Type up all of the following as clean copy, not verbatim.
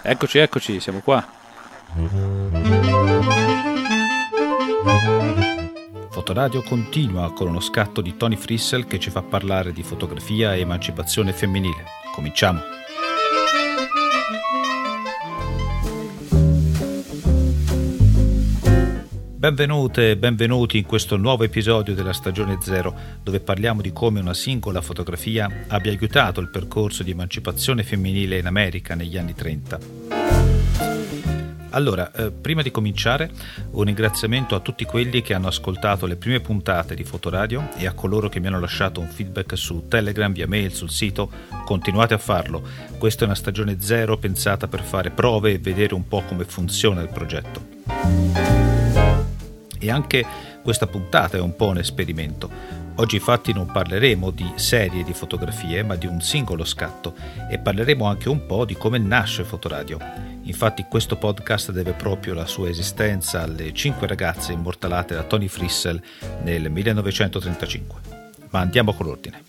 Eccoci, siamo qua. Fotoradio continua con uno scatto di Tony Frissell che ci fa parlare di fotografia e emancipazione femminile. Cominciamo! Benvenute e benvenuti in questo nuovo episodio della Stagione Zero, dove parliamo di come una singola fotografia abbia aiutato il percorso di emancipazione femminile in America negli anni 30. Allora, prima di cominciare, un ringraziamento a tutti quelli che hanno ascoltato le prime puntate di Fotoradio e a coloro che mi hanno lasciato un feedback su Telegram, via mail, sul sito. Continuate a farlo. Questa è una stagione zero pensata per fare prove e vedere un po' come funziona il progetto. E anche questa puntata è un po' un esperimento. Oggi infatti non parleremo di serie di fotografie, ma di un singolo scatto, e parleremo anche un po' di come nasce Fotoradio. Infatti questo podcast deve proprio la sua esistenza alle 5 ragazze immortalate da Tony Frissell nel 1935. Ma andiamo con l'ordine.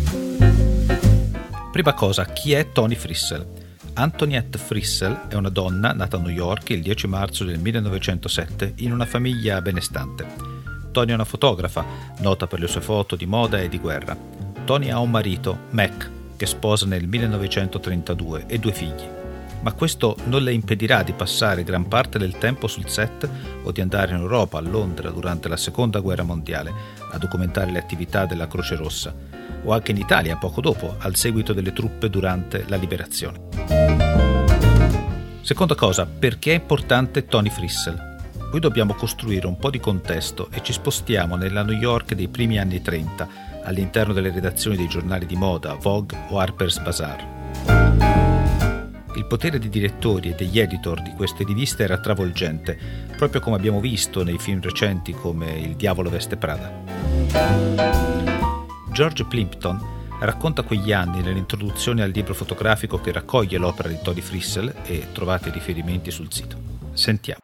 Prima cosa, chi è Tony Frissell? Antoinette Frissell è una donna nata a New York il 10 marzo del 1907 in una famiglia benestante. Tony è una fotografa, nota per le sue foto di moda e di guerra. Tony ha un marito, Mac, che sposa nel 1932 e 2 figli. Ma questo non le impedirà di passare gran parte del tempo sul set o di andare in Europa, a Londra, durante la Seconda Guerra Mondiale, a documentare le attività della Croce Rossa, o anche in Italia poco dopo, al seguito delle truppe durante la liberazione. Seconda cosa, perché è importante Tony Frissell? Qui dobbiamo costruire un po' di contesto e ci spostiamo nella New York dei primi anni 30, all'interno delle redazioni dei giornali di moda, Vogue o Harper's Bazaar. Il potere dei direttori e degli editor di queste riviste era travolgente, proprio come abbiamo visto nei film recenti come Il diavolo veste Prada. George Plimpton racconta quegli anni nell'introduzione al libro fotografico che raccoglie l'opera di Tony Frissell e trovate i riferimenti sul sito. Sentiamo.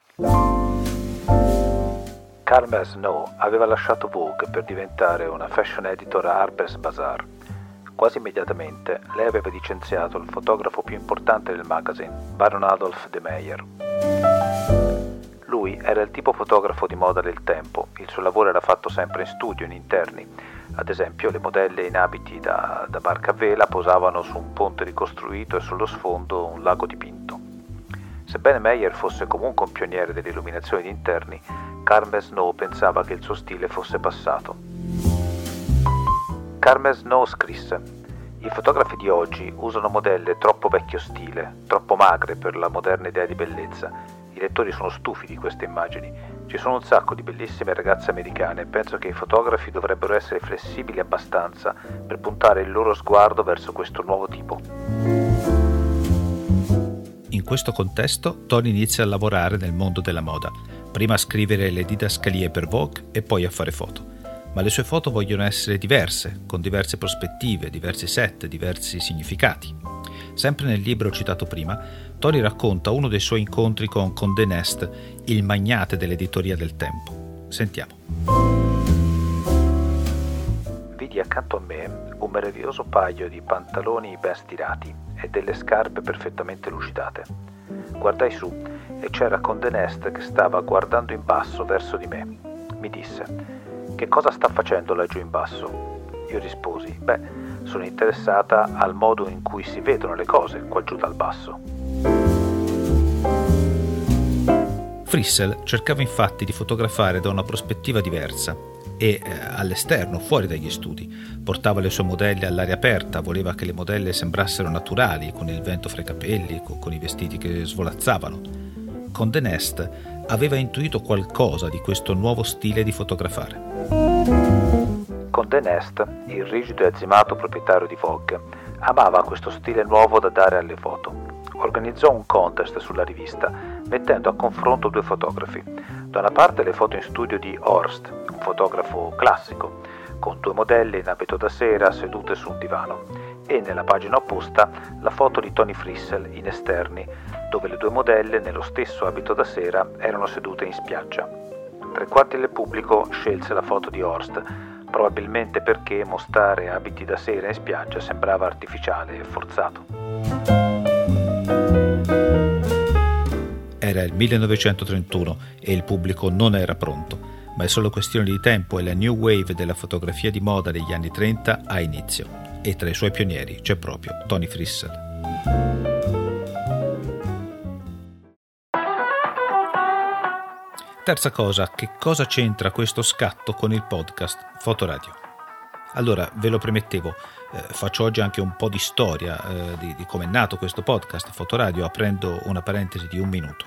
Carmen Snow aveva lasciato Vogue per diventare una fashion editor a Harper's Bazaar. Quasi immediatamente lei aveva licenziato il fotografo più importante del magazine, Baron Adolf de Meyer. Lui era il tipo fotografo di moda del tempo, il suo lavoro era fatto sempre in studio, in interni. Ad esempio, le modelle in abiti da barca a vela posavano su un ponte ricostruito e sullo sfondo un lago dipinto. Sebbene Meyer fosse comunque un pioniere dell'illuminazione di interni, Carmen Snow pensava che il suo stile fosse passato. Carmen Snow scrisse: "I fotografi di oggi usano modelle troppo vecchio stile, troppo magre per la moderna idea di bellezza. I lettori sono stufi di queste immagini. Ci sono un sacco di bellissime ragazze americane e penso che i fotografi dovrebbero essere flessibili abbastanza per puntare il loro sguardo verso questo nuovo tipo." In questo contesto, Tony inizia a lavorare nel mondo della moda, prima a scrivere le didascalie per Vogue e poi a fare foto. Ma le sue foto vogliono essere diverse, con diverse prospettive, diversi set, diversi significati. Sempre nel libro citato prima, Tony racconta uno dei suoi incontri con Condé Nast, il magnate dell'editoria del tempo. Sentiamo. Vidi accanto a me un meraviglioso paio di pantaloni ben stirati e delle scarpe perfettamente lucidate. Guardai su e c'era Condé Nast che stava guardando in basso verso di me. Mi disse: "Che cosa sta facendo laggiù in basso?" Io risposi: "Sono interessata al modo in cui si vedono le cose qua giù dal basso." Frissell cercava infatti di fotografare da una prospettiva diversa e all'esterno, fuori dagli studi. Portava le sue modelle all'aria aperta, voleva che le modelle sembrassero naturali, con il vento fra i capelli, con i vestiti che svolazzavano. Condé Nast aveva intuito qualcosa di questo nuovo stile di fotografare. Condé Nast, il rigido e azimato proprietario di Vogue, amava questo stile nuovo da dare alle foto. Organizzò un contest sulla rivista, mettendo a confronto 2 fotografi. Da una parte le foto in studio di Horst, un fotografo classico, con 2 modelle in abito da sera sedute su un divano, e nella pagina opposta la foto di Tony Frissell in esterni, dove le 2 modelle nello stesso abito da sera erano sedute in spiaggia. 3/4 del pubblico scelse la foto di Horst, probabilmente perché mostrare abiti da sera in spiaggia sembrava artificiale e forzato. Era il 1931 e il pubblico non era pronto, ma è solo questione di tempo e la new wave della fotografia di moda degli anni 30 ha inizio. E tra i suoi pionieri c'è proprio Tony Frissell. Terza cosa, che cosa c'entra questo scatto con il podcast Fotoradio? Allora, ve lo premettevo, faccio oggi anche un po' di storia di come è nato questo podcast Fotoradio, aprendo una parentesi di 1 minuto.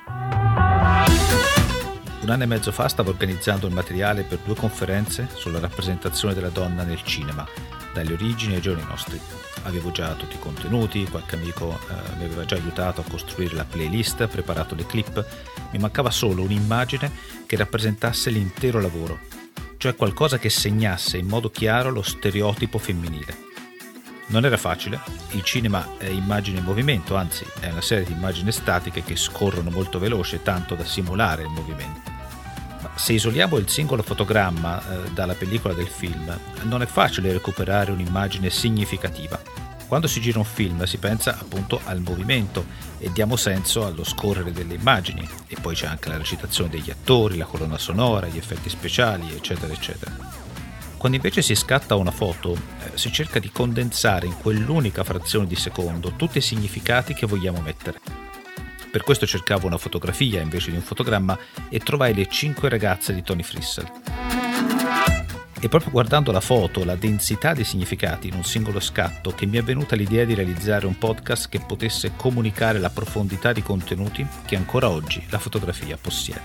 1 anno e mezzo fa stavo organizzando il materiale per 2 conferenze sulla rappresentazione della donna nel cinema, dalle origini ai giorni nostri. Avevo già tutti i contenuti, qualche amico mi aveva già aiutato a costruire la playlist, preparato le clip, mi mancava solo un'immagine che rappresentasse l'intero lavoro, cioè qualcosa che segnasse in modo chiaro lo stereotipo femminile. Non era facile, il cinema è immagine in movimento, anzi è una serie di immagini statiche che scorrono molto veloce, tanto da simulare il movimento. Ma se isoliamo il singolo fotogramma dalla pellicola del film, non è facile recuperare un'immagine significativa. Quando si gira un film si pensa appunto al movimento e diamo senso allo scorrere delle immagini, e poi c'è anche la recitazione degli attori, la colonna sonora, gli effetti speciali, eccetera eccetera. Quando invece si scatta una foto, si cerca di condensare in quell'unica frazione di secondo tutti i significati che vogliamo mettere. Per questo cercavo una fotografia invece di un fotogramma e trovai le 5 ragazze di Tony Frissell. E proprio guardando la foto, la densità dei significati in un singolo scatto, che mi è venuta l'idea di realizzare un podcast che potesse comunicare la profondità di contenuti che ancora oggi la fotografia possiede.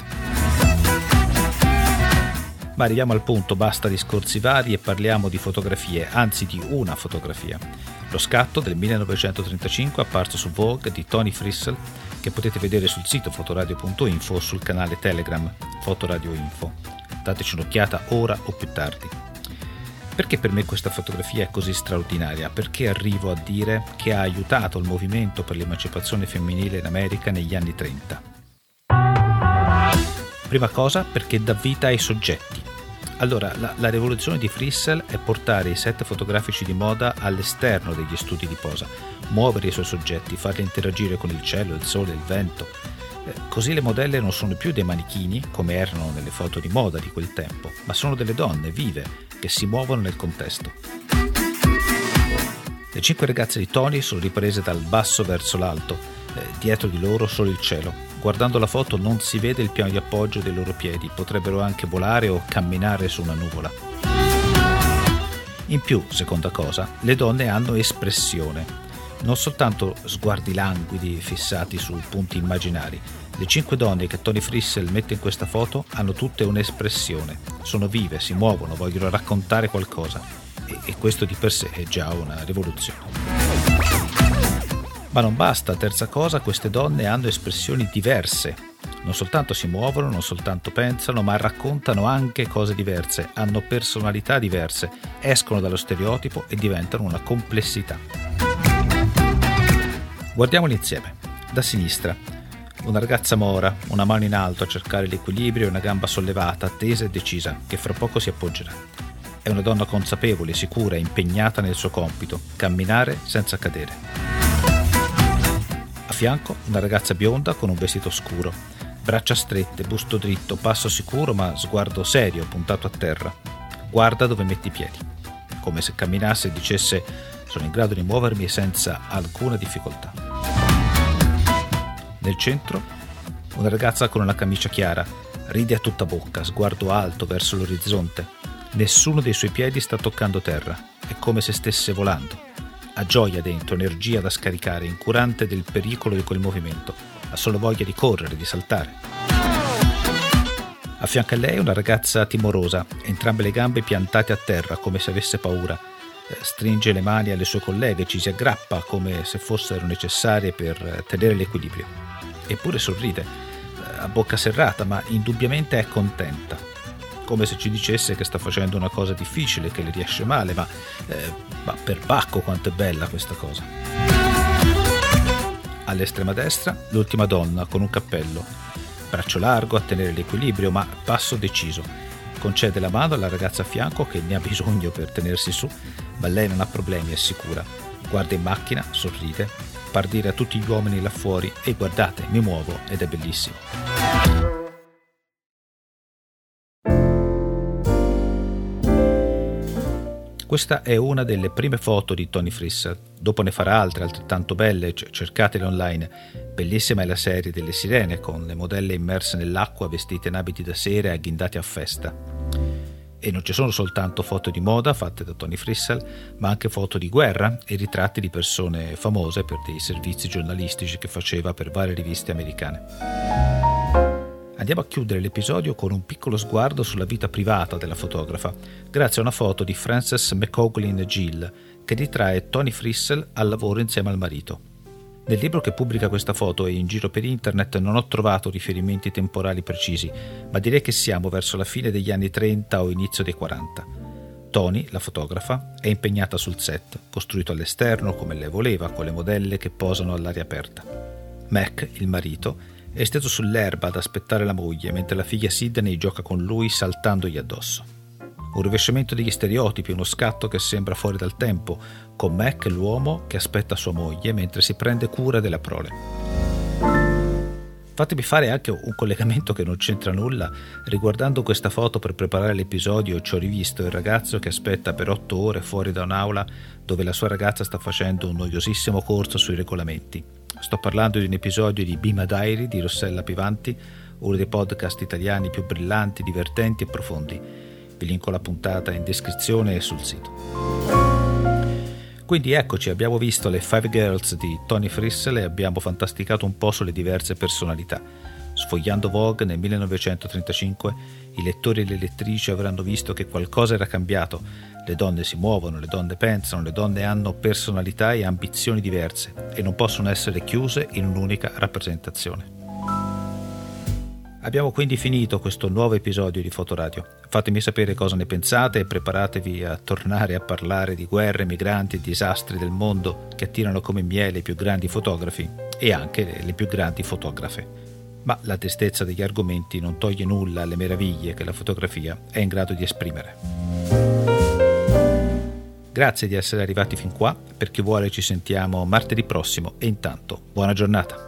Ma arriviamo al punto, basta discorsi vari e parliamo di fotografie, anzi di una fotografia. Lo scatto del 1935 apparso su Vogue di Tony Frissell, che potete vedere sul sito fotoradio.info o sul canale Telegram Fotoradio Info. Dateci un'occhiata ora o più tardi. Perché per me questa fotografia è così straordinaria? Perché arrivo a dire che ha aiutato il movimento per l'emancipazione femminile in America negli anni 30? Prima cosa, perché dà vita ai soggetti. Allora, la rivoluzione di Frissell è portare i set fotografici di moda all'esterno degli studi di posa, muovere i suoi soggetti, farli interagire con il cielo, il sole, il vento. Così le modelle non sono più dei manichini, come erano nelle foto di moda di quel tempo, ma sono delle donne vive che si muovono nel contesto. Le 5 ragazze di Tony sono riprese dal basso verso l'alto, dietro di loro solo il cielo. Guardando la foto non si vede il piano di appoggio dei loro piedi, potrebbero anche volare o camminare su una nuvola. In più, seconda cosa, le donne hanno espressione. Non soltanto sguardi languidi fissati su punti immaginari. Le 5 donne che Tony Frissell mette in questa foto hanno tutte un'espressione. Sono vive, si muovono, vogliono raccontare qualcosa. E questo di per sé è già una rivoluzione. Ma non basta, terza cosa, queste donne hanno espressioni diverse. Non soltanto si muovono, non soltanto pensano, ma raccontano anche cose diverse, hanno personalità diverse, escono dallo stereotipo e diventano una complessità. Guardiamoli insieme. Da sinistra, una ragazza mora, una mano in alto a cercare l'equilibrio e una gamba sollevata, tesa e decisa, che fra poco si appoggerà. È una donna consapevole, sicura, impegnata nel suo compito, camminare senza cadere. A fianco, una ragazza bionda con un vestito scuro, braccia strette, busto dritto, passo sicuro ma sguardo serio, puntato a terra. Guarda dove metti i piedi, come se camminasse e dicesse: sono in grado di muovermi senza alcuna difficoltà. Nel centro, una ragazza con una camicia chiara, ride a tutta bocca, sguardo alto verso l'orizzonte. Nessuno dei suoi piedi sta toccando terra, è come se stesse volando. Ha gioia dentro, energia da scaricare, incurante del pericolo di quel movimento. Ha solo voglia di correre, di saltare. A fianco a lei una ragazza timorosa, entrambe le gambe piantate a terra, come se avesse paura. Stringe le mani alle sue colleghe, ci si aggrappa come se fossero necessarie per tenere l'equilibrio. Eppure sorride, a bocca serrata, ma indubbiamente è contenta, come se ci dicesse che sta facendo una cosa difficile, che le riesce male, ma per Bacco quanto è bella questa cosa. All'estrema destra l'ultima donna con un cappello, braccio largo a tenere l'equilibrio, ma passo deciso. Concede la mano alla ragazza a fianco che ne ha bisogno per tenersi su, ma lei non ha problemi, è sicura. Guarda in macchina, sorride par dire a tutti gli uomini là fuori: «Ehi, guardate, mi muovo ed è bellissimo». Questa è una delle prime foto di Tony Frissell. Dopo ne farà altre altrettanto belle, cercatele online. Bellissima è la serie delle sirene, con le modelle immerse nell'acqua, vestite in abiti da sera e agghindate a festa. E non ci sono soltanto foto di moda fatte da Tony Frissell, ma anche foto di guerra e ritratti di persone famose per dei servizi giornalistici che faceva per varie riviste americane. Andiamo a chiudere l'episodio con un piccolo sguardo sulla vita privata della fotografa, grazie a una foto di Frances McCaughlan Gill, che ritrae Tony Frissell al lavoro insieme al marito. Nel libro che pubblica questa foto e in giro per internet non ho trovato riferimenti temporali precisi, ma direi che siamo verso la fine degli anni 30 o inizio dei 40. Tony, la fotografa, è impegnata sul set, costruito all'esterno come lei voleva, con le modelle che posano all'aria aperta. Mac, il marito, è steso sull'erba ad aspettare la moglie, mentre la figlia Sydney gioca con lui saltandogli addosso. Un rovesciamento degli stereotipi, uno scatto che sembra fuori dal tempo, con Mac, l'uomo, che aspetta sua moglie mentre si prende cura della prole. Fatemi fare anche un collegamento che non c'entra nulla. Riguardando questa foto per preparare l'episodio, ci ho rivisto il ragazzo che aspetta per 8 ore fuori da un'aula dove la sua ragazza sta facendo un noiosissimo corso sui regolamenti. Sto parlando di un episodio di Bima Diary di Rossella Pivanti, uno dei podcast italiani più brillanti, divertenti e profondi. Vi linko la puntata in descrizione e sul sito. Quindi eccoci, abbiamo visto le Five Girls di Tony Frissell e abbiamo fantasticato un po' sulle diverse personalità. Sfogliando Vogue nel 1935, i lettori e le lettrici avranno visto che qualcosa era cambiato. Le donne si muovono, le donne pensano, le donne hanno personalità e ambizioni diverse e non possono essere chiuse in un'unica rappresentazione. Abbiamo quindi finito questo nuovo episodio di Fotoradio. Fatemi sapere cosa ne pensate e preparatevi a tornare a parlare di guerre, migranti e disastri del mondo che attirano come miele i più grandi fotografi e anche le più grandi fotografe. Ma la tristezza degli argomenti non toglie nulla alle meraviglie che la fotografia è in grado di esprimere. Grazie di essere arrivati fin qua. Per chi vuole ci sentiamo martedì prossimo e intanto buona giornata.